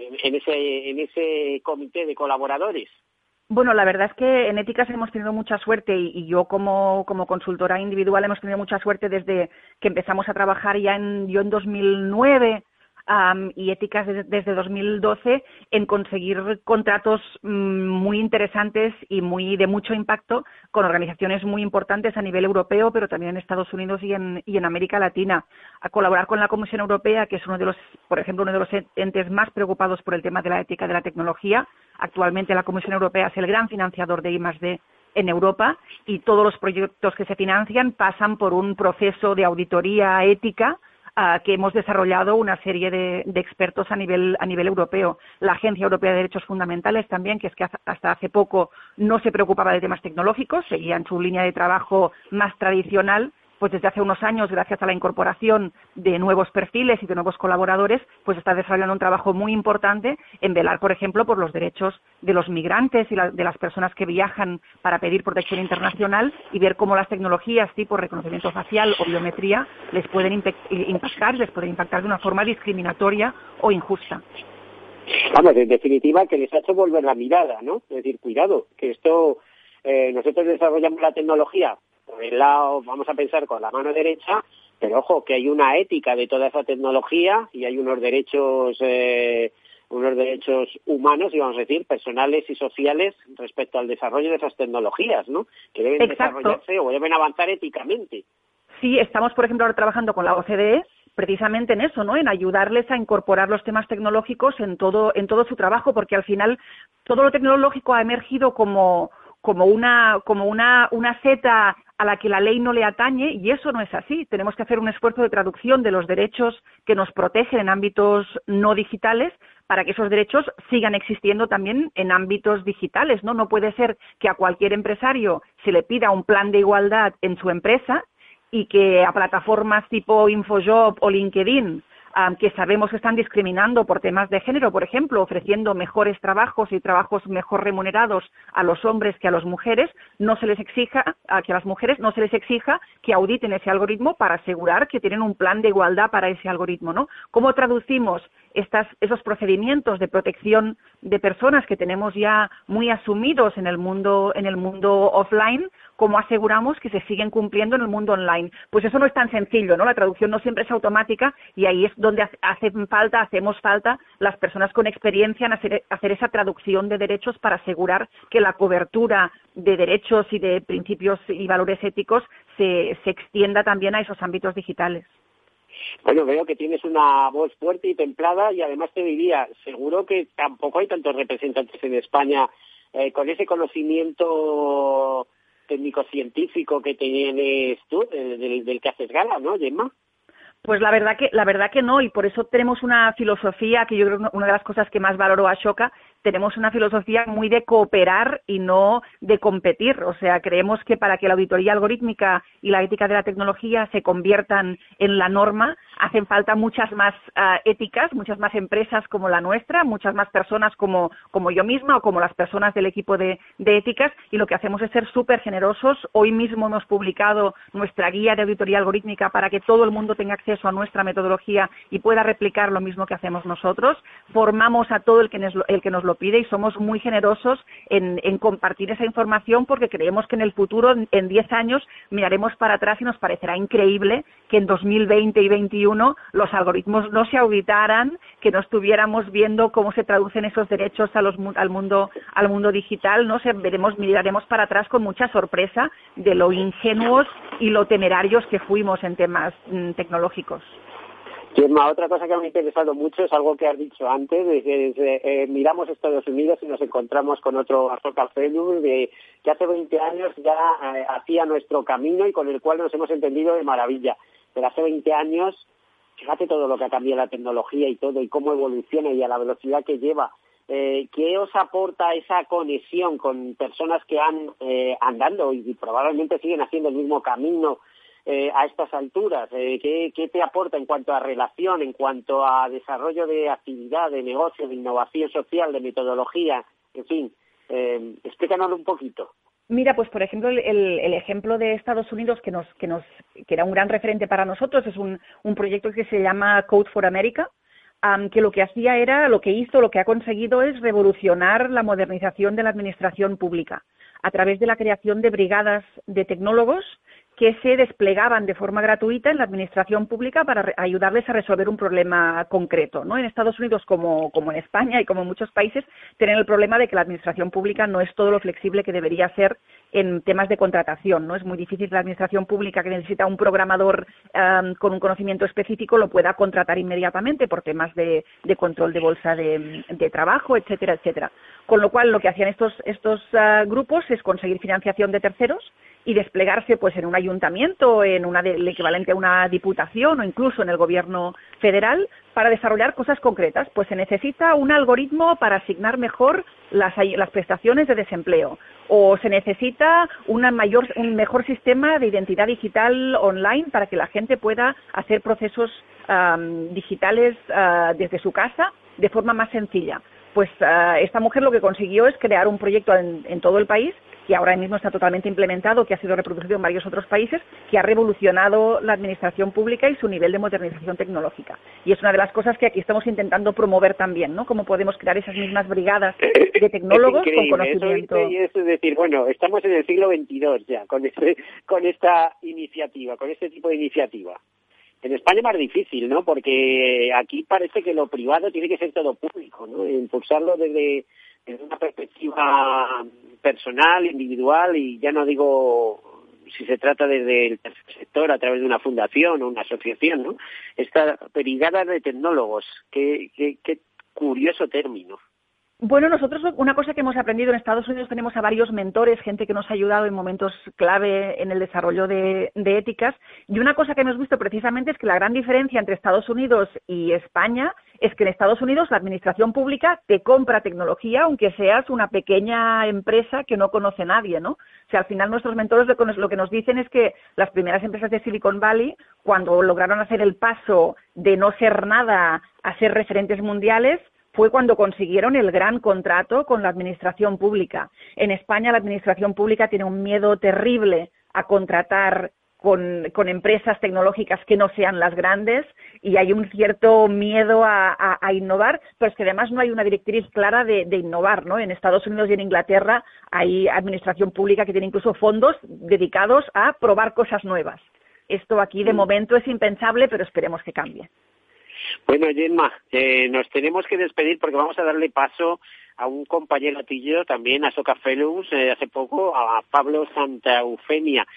ese comité de colaboradores? Bueno, la verdad es que en Éticas hemos tenido mucha suerte y yo como consultora individual hemos tenido mucha suerte desde que empezamos a trabajar yo en 2009 y Éticas desde 2012 en conseguir contratos muy interesantes y de mucho impacto con organizaciones muy importantes a nivel europeo, pero también en Estados Unidos y en América Latina. A colaborar con la Comisión Europea, que es uno de los entes más preocupados por el tema de la ética de la tecnología. Actualmente la Comisión Europea es el gran financiador de I+D en Europa y todos los proyectos que se financian pasan por un proceso de auditoría ética que hemos desarrollado una serie de expertos a nivel europeo. La Agencia Europea de Derechos Fundamentales también, que es que hasta hace poco no se preocupaba de temas tecnológicos, seguía en su línea de trabajo más tradicional, pues desde hace unos años, gracias a la incorporación de nuevos perfiles y de nuevos colaboradores, pues está desarrollando un trabajo muy importante en velar, por ejemplo, por los derechos de los migrantes y de las personas que viajan para pedir protección internacional y ver cómo las tecnologías tipo reconocimiento facial o biometría les pueden impactar de una forma discriminatoria o injusta. Vamos, en definitiva, que les ha hecho volver la mirada, ¿no? Es decir, cuidado, que esto, nosotros desarrollamos la tecnología por el lado, vamos a pensar, con la mano derecha, pero ojo, que hay una ética de toda esa tecnología y hay unos derechos humanos, y vamos a decir, personales y sociales respecto al desarrollo de esas tecnologías, ¿no? Que deben desarrollarse o deben avanzar éticamente. Sí, estamos, por ejemplo, ahora trabajando con la OCDE precisamente en eso, ¿no? En ayudarles a incorporar los temas tecnológicos en todo su trabajo, porque al final todo lo tecnológico ha emergido como una seta a la que la ley no le atañe, y eso no es así. Tenemos que hacer un esfuerzo de traducción de los derechos que nos protegen en ámbitos no digitales para que esos derechos sigan existiendo también en ámbitos digitales, ¿no? No puede ser que a cualquier empresario se le pida un plan de igualdad en su empresa y que a plataformas tipo InfoJob o LinkedIn, que sabemos que están discriminando por temas de género, por ejemplo, ofreciendo mejores trabajos y trabajos mejor remunerados a los hombres que a las mujeres, a las mujeres no se les exija que auditen ese algoritmo para asegurar que tienen un plan de igualdad para ese algoritmo, ¿no? ¿Cómo traducimos esos procedimientos de protección de personas que tenemos ya muy asumidos en el mundo offline? ¿Cómo aseguramos que se siguen cumpliendo en el mundo online? Pues eso no es tan sencillo, ¿no? La traducción no siempre es automática y ahí es donde hacemos falta las personas con experiencia en hacer esa traducción de derechos para asegurar que la cobertura de derechos y de principios y valores éticos se extienda también a esos ámbitos digitales. Bueno, veo que tienes una voz fuerte y templada y además te diría, seguro que tampoco hay tantos representantes en España con ese conocimiento técnico-científico que tienes tú, del que haces gala, ¿no, Gemma? Pues la verdad que no, y por eso tenemos una filosofía que yo creo que una de las cosas que más valoro a Ashoka, tenemos una filosofía muy de cooperar y no de competir. O sea, creemos que para que la auditoría algorítmica y la ética de la tecnología se conviertan en la norma, hacen falta muchas más éticas, muchas más empresas como la nuestra, muchas más personas como yo misma o como las personas del equipo de éticas, y lo que hacemos es ser súper generosos. Hoy mismo hemos publicado nuestra guía de auditoría algorítmica para que todo el mundo tenga acceso a nuestra metodología y pueda replicar lo mismo que hacemos nosotros. Formamos a todo el que nos lo pide y somos muy generosos en compartir esa información, porque creemos que en el futuro, en 10 años, miraremos para atrás y nos parecerá increíble que en 2020 y 2021 los algoritmos no se auditaran, que no estuviéramos viendo cómo se traducen esos derechos al mundo digital. No sé, miraremos para atrás con mucha sorpresa de lo ingenuos y lo temerarios que fuimos en temas tecnológicos. Gemma, otra cosa que me ha interesado mucho es algo que has dicho antes, miramos Estados Unidos y nos encontramos con otro Ashoka Fellows que hace 20 años ya hacía nuestro camino y con el cual nos hemos entendido de maravilla. Pero hace 20 años, fíjate todo lo que ha cambiado la tecnología y todo, y cómo evoluciona y a la velocidad que lleva. ¿Qué os aporta esa conexión con personas que han andando y probablemente siguen haciendo el mismo camino a estas alturas? ¿Qué te aporta en cuanto a relación, en cuanto a desarrollo de actividad, de negocio, de innovación social, de metodología? En fin, explícanoslo un poquito. Mira, pues por ejemplo, el ejemplo de Estados Unidos que era un gran referente para nosotros es un proyecto que se llama Code for America, que lo que ha conseguido es revolucionar la modernización de la administración pública a través de la creación de brigadas de tecnólogos que se desplegaban de forma gratuita en la administración pública para ayudarles a resolver un problema concreto, ¿no? En Estados Unidos, como en España y como en muchos países, tienen el problema de que la administración pública no es todo lo flexible que debería ser en temas de contratación, ¿no? Es muy difícil que la administración pública, que necesita un programador con un conocimiento específico, lo pueda contratar inmediatamente por temas de control de bolsa de trabajo, etcétera, etcétera. Con lo cual, lo que hacían estos grupos es conseguir financiación de terceros y desplegarse pues en un ayuntamiento, en el equivalente a una diputación o incluso en el gobierno federal para desarrollar cosas concretas. Pues se necesita un algoritmo para asignar mejor las prestaciones de desempleo, o se necesita un mejor sistema de identidad digital online para que la gente pueda hacer procesos digitales desde su casa de forma más sencilla. Pues esta mujer lo que consiguió es crear un proyecto en todo el país, que ahora mismo está totalmente implementado, que ha sido reproducido en varios otros países, que ha revolucionado la administración pública y su nivel de modernización tecnológica. Y es una de las cosas que aquí estamos intentando promover también, ¿no? Cómo podemos crear esas mismas brigadas de tecnólogos con conocimiento. Es decir, bueno, estamos en el siglo XXII ya con esta iniciativa, con este tipo de iniciativa. En España es más difícil, ¿no? Porque aquí parece que lo privado tiene que ser todo público, ¿no? Impulsarlo desde una perspectiva personal, individual, y ya no digo si se trata desde el tercer sector a través de una fundación o una asociación, ¿no? Esta brigada de tecnólogos, qué curioso término. Bueno, nosotros una cosa que hemos aprendido en Estados Unidos, tenemos a varios mentores, gente que nos ha ayudado en momentos clave en el desarrollo de éticas, y una cosa que hemos visto precisamente es que la gran diferencia entre Estados Unidos y España es que en Estados Unidos la administración pública te compra tecnología, aunque seas una pequeña empresa que no conoce a nadie, ¿no? O sea, al final nuestros mentores lo que nos dicen es que las primeras empresas de Silicon Valley, cuando lograron hacer el paso de no ser nada a ser referentes mundiales, fue cuando consiguieron el gran contrato con la administración pública. En España la administración pública tiene un miedo terrible a contratar con empresas tecnológicas que no sean las grandes, y hay un cierto miedo a innovar, pero es que además no hay una directriz clara de innovar, ¿no? En Estados Unidos y en Inglaterra hay administración pública que tiene incluso fondos dedicados a probar cosas nuevas. Esto aquí de momento es impensable, pero esperemos que cambie. Bueno, Gemma, nos tenemos que despedir porque vamos a darle paso a un compañero tuyo, también a Ashoka Fellows, hace poco, a Pablo Santa Eufemia.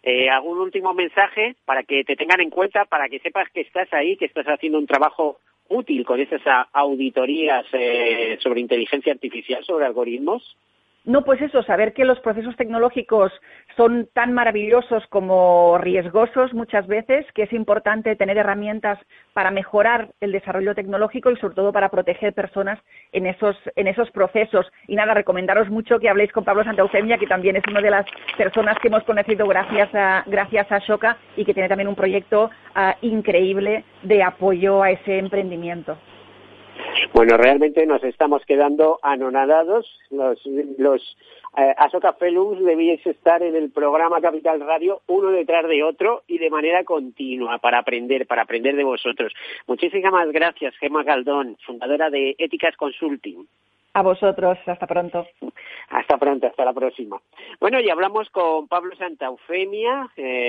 ¿Algún último mensaje para que te tengan en cuenta, para que sepas que estás ahí, que estás haciendo un trabajo útil con esas auditorías sobre inteligencia artificial, sobre algoritmos? No, pues eso, saber que los procesos tecnológicos son tan maravillosos como riesgosos muchas veces, que es importante tener herramientas para mejorar el desarrollo tecnológico y sobre todo para proteger personas en esos procesos. Y nada, recomendaros mucho que habléis con Pablo Santaeufemia, que también es una de las personas que hemos conocido gracias a Shoca y que tiene también un proyecto increíble de apoyo a ese emprendimiento. Bueno, realmente nos estamos quedando anonadados. Los Ashoka Fellows debíais estar en el programa Capital Radio uno detrás de otro y de manera continua para aprender de vosotros. Muchísimas gracias, Gemma Galdón, fundadora de Éticas Consulting. A vosotros, hasta pronto. Hasta pronto, hasta la próxima. Bueno, y hablamos con Pablo Santaeufemia,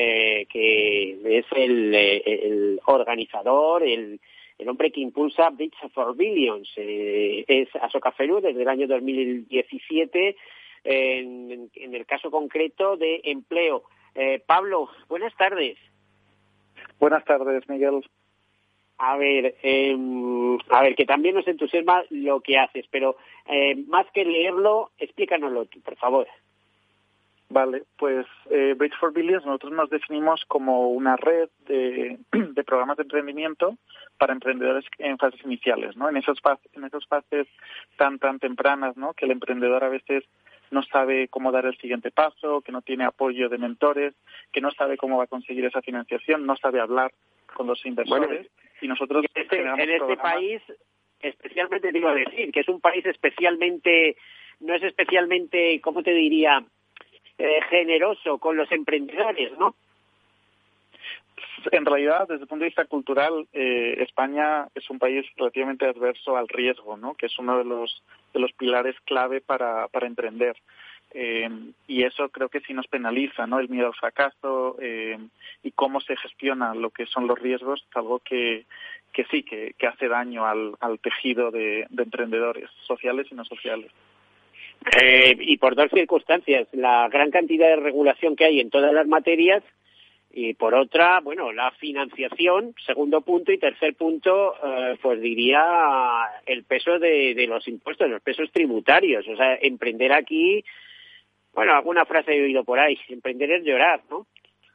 que es el organizador, el hombre que impulsa Bridge for Billions. Es Ashoka Fellow desde el año 2017, en el caso concreto de empleo. Pablo, buenas tardes. Buenas tardes, Miguel. A ver, que también nos entusiasma lo que haces, pero más que leerlo, explícanoslo tú, por favor. Vale, pues Bridge for Billions nosotros nos definimos como una red de programas de emprendimiento para emprendedores en fases iniciales, ¿no? En esas fases tan tempranas, ¿no? Que el emprendedor a veces no sabe cómo dar el siguiente paso, que no tiene apoyo de mentores, que no sabe cómo va a conseguir esa financiación, no sabe hablar con los inversores. Bueno, y nosotros en este país, especialmente te iba a decir, que es un país especialmente, no es especialmente, ¿cómo te diría?, generoso con los emprendedores, ¿no? En realidad, desde el punto de vista cultural, España es un país relativamente adverso al riesgo, ¿no? Que es uno de los pilares clave para emprender. Y eso creo que sí nos penaliza, ¿no? El miedo al fracaso y cómo se gestiona lo que son los riesgos, es algo que sí, que hace daño al tejido de emprendedores sociales y no sociales. Y por dos circunstancias, la gran cantidad de regulación que hay en todas las materias y por otra, bueno, la financiación, segundo punto, y tercer punto, pues diría el peso de los impuestos, los pesos tributarios. O sea, emprender aquí, bueno, alguna frase he oído por ahí, emprender es llorar, ¿no?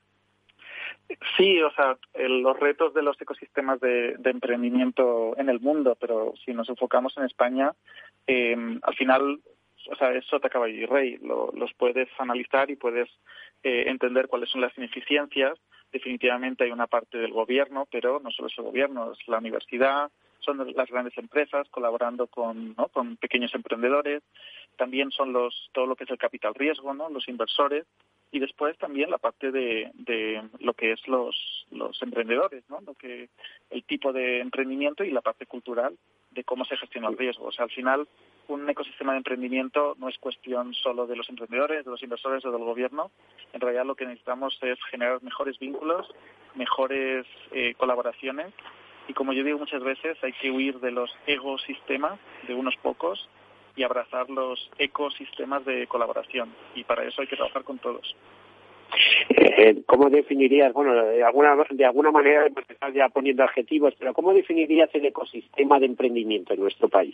Sí, o sea, los retos de los ecosistemas de emprendimiento en el mundo, pero si nos enfocamos en España, al final, o sea, es sota, caballo y rey. Los puedes analizar y puedes entender cuáles son las ineficiencias. Definitivamente hay una parte del gobierno, pero no solo es el gobierno, es la universidad, son las grandes empresas colaborando con pequeños emprendedores. También son todo lo que es el capital riesgo, ¿no? Los inversores. Y después también la parte de lo que es los emprendedores, ¿no? El tipo de emprendimiento y la parte cultural de cómo se gestiona el riesgo. O sea, al final, un ecosistema de emprendimiento no es cuestión solo de los emprendedores, de los inversores o del gobierno. En realidad lo que necesitamos es generar mejores vínculos, mejores colaboraciones. Y como yo digo muchas veces, hay que huir de los ecosistemas de unos pocos y abrazar los ecosistemas de colaboración. Y para eso hay que trabajar con todos. ¿Cómo definirías, bueno, de alguna manera hemos estado ya poniendo adjetivos, pero ¿cómo definirías el ecosistema de emprendimiento en nuestro país?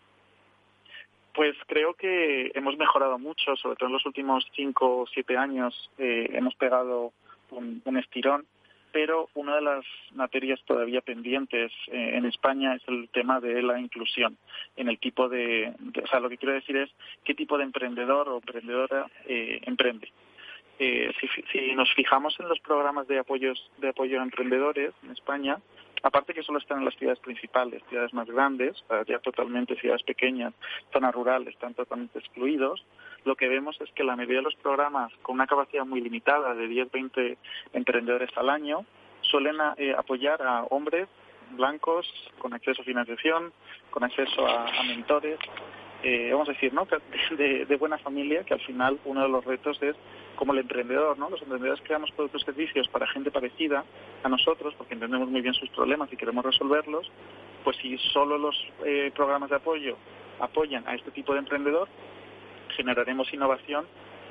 Pues creo que hemos mejorado mucho, sobre todo en los últimos 5 o 7 años hemos pegado un estirón, pero una de las materias todavía pendientes en España es el tema de la inclusión en el tipo o sea, lo que quiero decir es qué tipo de emprendedor o emprendedora emprende. Si nos fijamos en los programas de apoyo a emprendedores en España, aparte que solo están en las ciudades principales, ciudades más grandes, ya totalmente ciudades pequeñas, zonas rurales, están totalmente excluidos, lo que vemos es que la mayoría de los programas con una capacidad muy limitada de 10-20 emprendedores al año suelen apoyar a hombres blancos con acceso a financiación, con acceso a mentores, vamos a decir, ¿no? De buena familia, que al final uno de los retos es como el emprendedor, ¿no? Los emprendedores creamos productos y servicios para gente parecida a nosotros, porque entendemos muy bien sus problemas y queremos resolverlos, pues si solo los programas de apoyo apoyan a este tipo de emprendedor, generaremos innovación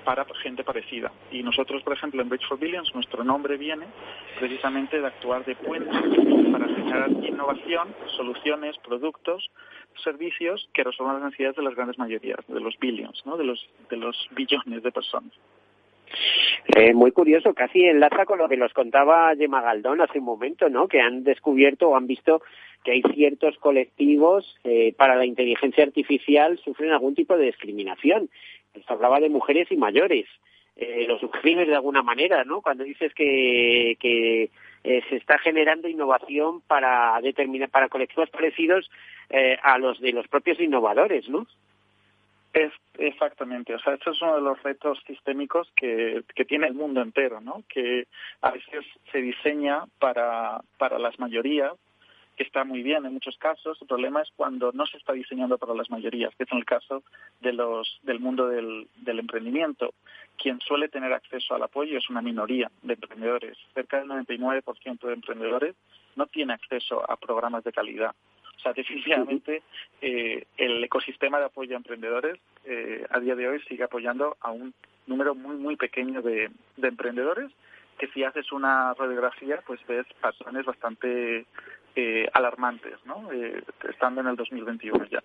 para gente parecida. Y nosotros, por ejemplo, en Bridge for Billions, nuestro nombre viene precisamente de actuar de puente para generar innovación, soluciones, productos, servicios que resuelvan las necesidades de las grandes mayorías, de los billions, ¿no? de los billones de personas. Muy curioso, casi enlaza con lo que nos contaba Gemma Galdón hace un momento, ¿no? Que han descubierto o han visto que hay ciertos colectivos para la inteligencia artificial sufren algún tipo de discriminación. Se hablaba de mujeres y mayores. Lo suscribes de alguna manera, ¿no? Cuando dices que se está generando innovación para colectivos parecidos a los de los propios innovadores, ¿no? Exactamente, o sea, este es uno de los retos sistémicos que tiene el mundo entero, ¿no? Que a veces se diseña para las mayorías, que está muy bien en muchos casos. El problema es cuando no se está diseñando para las mayorías, que es en el caso del mundo del emprendimiento. Quien suele tener acceso al apoyo es una minoría de emprendedores. Cerca del 99% de emprendedores no tiene acceso a programas de calidad. O sea, definitivamente el ecosistema de apoyo a emprendedores a día de hoy sigue apoyando a un número muy, muy pequeño de emprendedores, que si haces una radiografía, pues ves patrones bastante alarmantes, ¿no? Estando en el 2021 ya.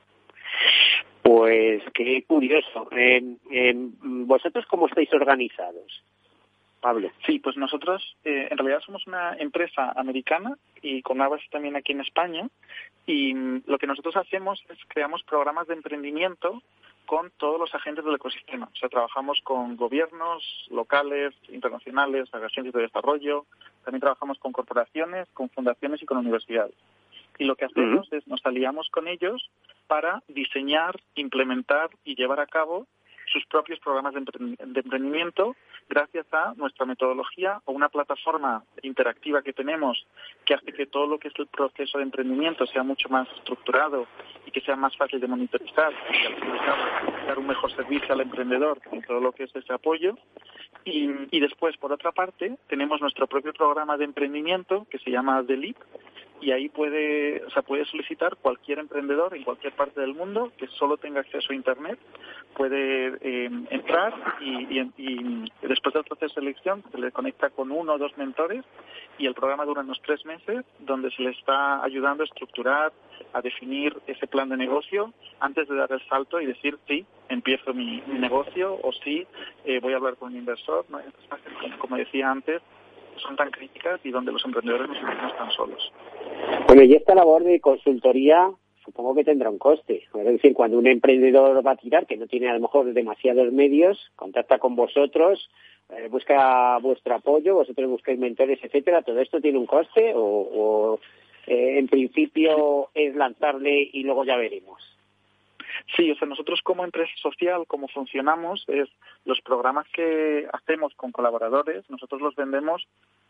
Pues qué curioso. ¿Vosotros cómo estáis organizados, Pablo? Sí, pues nosotros en realidad somos una empresa americana y con una base también aquí en España, y lo que nosotros hacemos es creamos programas de emprendimiento con todos los agentes del ecosistema. O sea, trabajamos con gobiernos locales, internacionales, agencias de desarrollo, también trabajamos con corporaciones, con fundaciones y con universidades. Y lo que hacemos es nos aliamos con ellos para diseñar, implementar y llevar a cabo sus propios programas de emprendimiento gracias a nuestra metodología o una plataforma interactiva que tenemos que hace que todo lo que es el proceso de emprendimiento sea mucho más estructurado y que sea más fácil de monitorizar y al fin y al cabo dar un mejor servicio al emprendedor con todo lo que es ese apoyo. Y después, por otra parte, tenemos nuestro propio programa de emprendimiento que se llama The Leap, y ahí puede solicitar cualquier emprendedor en cualquier parte del mundo que solo tenga acceso a Internet, puede entrar y después del proceso de selección se le conecta con 1 o 2 mentores y el programa dura unos 3 meses donde se le está ayudando a estructurar, a definir ese plan de negocio antes de dar el salto y decir sí, empiezo mi negocio o sí, voy a hablar con un inversor, ¿no? Estas fases, como decía antes, son tan críticas y donde los emprendedores no están solos. Bueno, y esta labor de consultoría supongo que tendrá un coste. Es decir, cuando un emprendedor va a tirar, que no tiene a lo mejor demasiados medios, contacta con vosotros, busca vuestro apoyo, vosotros buscáis mentores, etcétera. ¿Todo esto tiene un coste o en principio es lanzarle y luego ya veremos? Sí, o sea, nosotros como empresa social, como funcionamos, es los programas que hacemos con colaboradores, nosotros los vendemos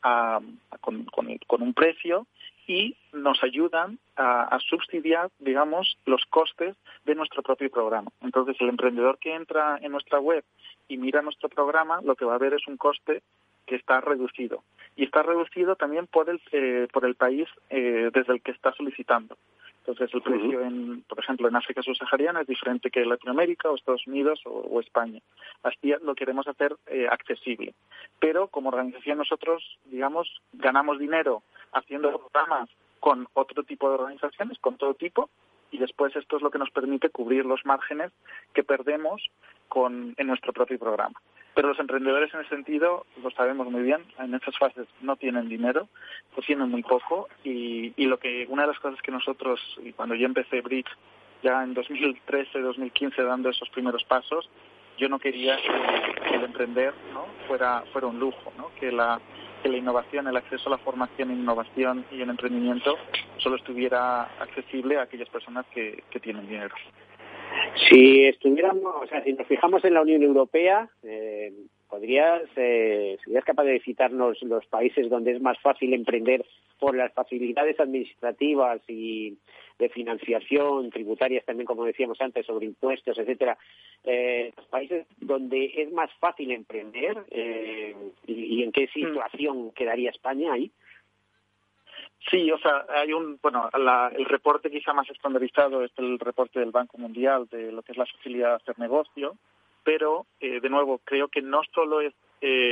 con un precio y nos ayudan a subsidiar, digamos, los costes de nuestro propio programa. Entonces, el emprendedor que entra en nuestra web y mira nuestro programa, lo que va a ver es un coste que está reducido. Y está reducido también por el país desde el que está solicitando. Entonces, el precio, por ejemplo, en África subsahariana es diferente que en Latinoamérica o Estados Unidos o España. Así lo queremos hacer accesible. Pero como organización nosotros, digamos, ganamos dinero haciendo programas con otro tipo de organizaciones, con todo tipo, y después esto es lo que nos permite cubrir los márgenes que perdemos en nuestro propio programa. Pero los emprendedores en ese sentido, lo sabemos muy bien, en estas fases no tienen dinero, pues tienen muy poco, y una de las cosas que nosotros, y cuando yo empecé Bridge, ya en 2013, 2015, dando esos primeros pasos, yo no quería que el emprender, ¿no? fuera un lujo, ¿no? Que la innovación, el acceso a la formación en innovación y en emprendimiento solo estuviera accesible a aquellas personas que tienen dinero. Si nos fijamos en la Unión Europea, serías capaz de citarnos los países donde es más fácil emprender por las facilidades administrativas y de financiación, tributarias también, como decíamos antes, sobre impuestos, etcétera, los países donde es más fácil emprender y en qué situación quedaría España ahí? Sí, o sea, hay el reporte quizá más estandarizado es el reporte del Banco Mundial de lo que es la facilidad de hacer negocio, pero de nuevo creo que no solo es,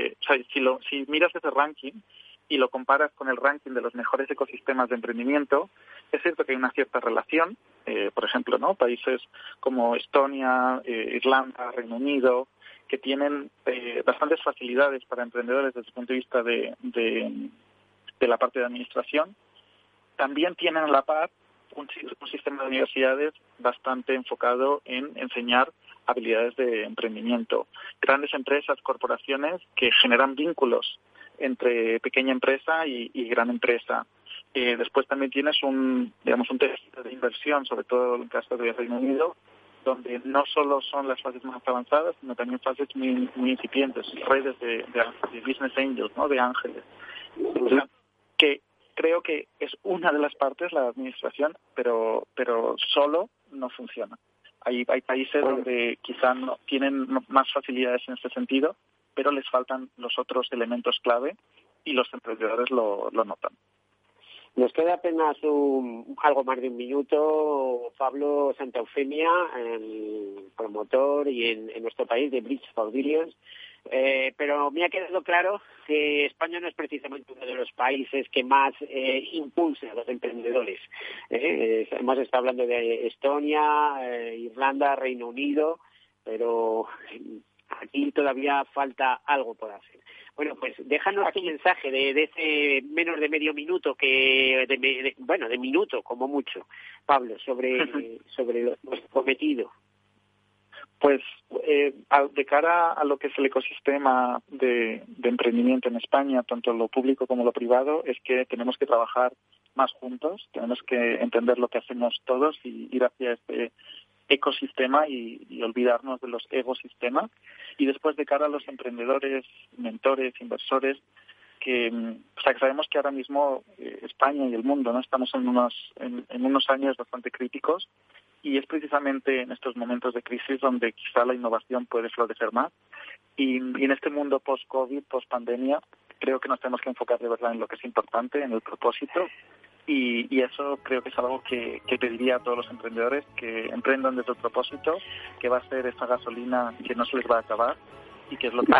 si miras ese ranking y lo comparas con el ranking de los mejores ecosistemas de emprendimiento, es cierto que hay una cierta relación. Por ejemplo, ¿no? Países como Estonia, Irlanda, Reino Unido, que tienen bastantes facilidades para emprendedores desde el punto de vista de la parte de administración, también tienen a la par un sistema de universidades bastante enfocado en enseñar habilidades de emprendimiento. Grandes empresas, corporaciones que generan vínculos entre pequeña empresa y gran empresa. Después también tienes un tejido de inversión, sobre todo en el caso de Reino Unido, donde no solo son las fases más avanzadas, sino también fases muy incipientes, redes de business angels, ¿no? De ángeles. O sea, que creo que es una de las partes, la administración, pero solo no funciona. Hay países donde quizá no tienen más facilidades en este sentido, pero les faltan los otros elementos clave y los emprendedores lo notan. Nos queda apenas algo más de un minuto. Pablo Santa Eufemia, el promotor y en nuestro país de Bridge for Billions. Pero me ha quedado claro que España no es precisamente uno de los países que más impulsa a los emprendedores. Hemos estado hablando de Estonia, Irlanda, Reino Unido, pero aquí todavía falta algo por hacer. Bueno, pues déjanos tu mensaje de ese menos de medio minuto, de minuto como mucho, Pablo, sobre lo cometido. Pues de cara a lo que es el ecosistema de emprendimiento en España, tanto lo público como lo privado, es que tenemos que trabajar más juntos, tenemos que entender lo que hacemos todos y ir hacia este ecosistema y olvidarnos de los ecosistemas. Y después, de cara a los emprendedores, mentores, inversores, que sabemos que ahora mismo España y el mundo no estamos en unos años bastante críticos, y es precisamente en estos momentos de crisis donde quizá la innovación puede florecer más. Y en este mundo post-COVID, post-pandemia, creo que nos tenemos que enfocar de verdad en lo que es importante, en el propósito. Y eso creo que es algo que pediría a todos los emprendedores, que emprendan desde el propósito, que va a ser esa gasolina que no se les va a acabar y que es lo que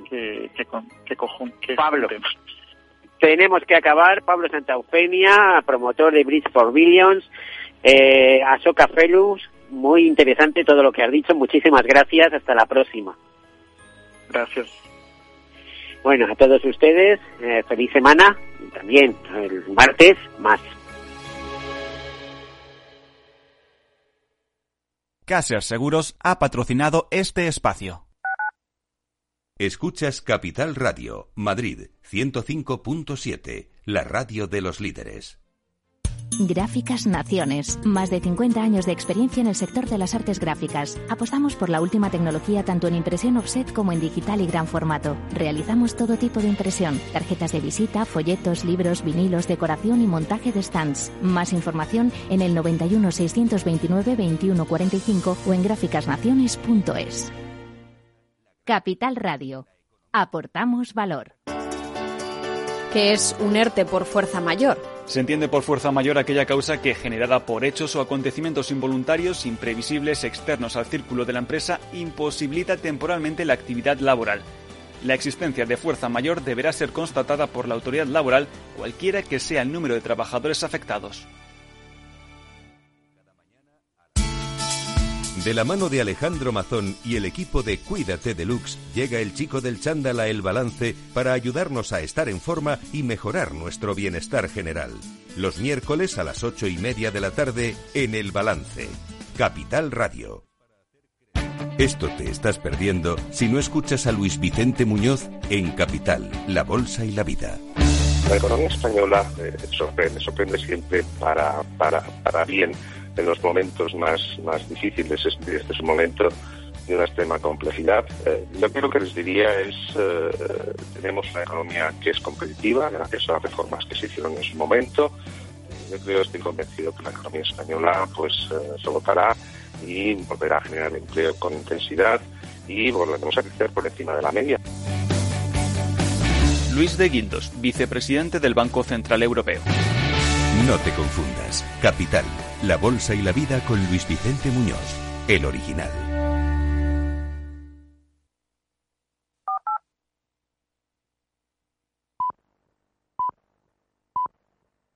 Pablo, tenemos que acabar. Pablo Santa Eufemia, promotor de Bridge for Billions, Asoka Fellows, muy interesante todo lo que has dicho. Muchísimas gracias. Hasta la próxima. Gracias. Bueno, a todos ustedes, feliz semana y también el martes más. Caser Seguros ha patrocinado este espacio. Escuchas Capital Radio, Madrid 105.7, la radio de los líderes. Gráficas Naciones. Más de 50 años de experiencia en el sector de las artes gráficas. Apostamos por la última tecnología tanto en impresión offset como en digital y gran formato. Realizamos todo tipo de impresión. Tarjetas de visita, folletos, libros, vinilos, decoración y montaje de stands. Más información en el 91 629 21 45 o en gráficasnaciones.es. Capital Radio. Aportamos valor. ¿Qué es un ERTE por fuerza mayor? Se entiende por fuerza mayor aquella causa que, generada por hechos o acontecimientos involuntarios, imprevisibles, externos al círculo de la empresa, imposibilita temporalmente la actividad laboral. La existencia de fuerza mayor deberá ser constatada por la autoridad laboral, cualquiera que sea el número de trabajadores afectados. De la mano de Alejandro Mazón y el equipo de Cuídate Deluxe, llega el chico del chándal a El Balance para ayudarnos a estar en forma y mejorar nuestro bienestar general. Los miércoles a las 8:30 de la tarde en El Balance. Capital Radio. Esto te estás perdiendo si no escuchas a Luis Vicente Muñoz en Capital, la Bolsa y la Vida. La economía española sorprende siempre para bien. En los momentos más difíciles, este es un momento de una extrema complejidad. Yo creo que les diría es, tenemos una economía que es competitiva gracias a las reformas que se hicieron en su momento. Yo estoy convencido que la economía española se votará y volverá a generar empleo con intensidad y volveremos a crecer por encima de la media. Luis de Guindos, vicepresidente del Banco Central Europeo. No te confundas. Capital, la Bolsa y la Vida con Luis Vicente Muñoz, el original.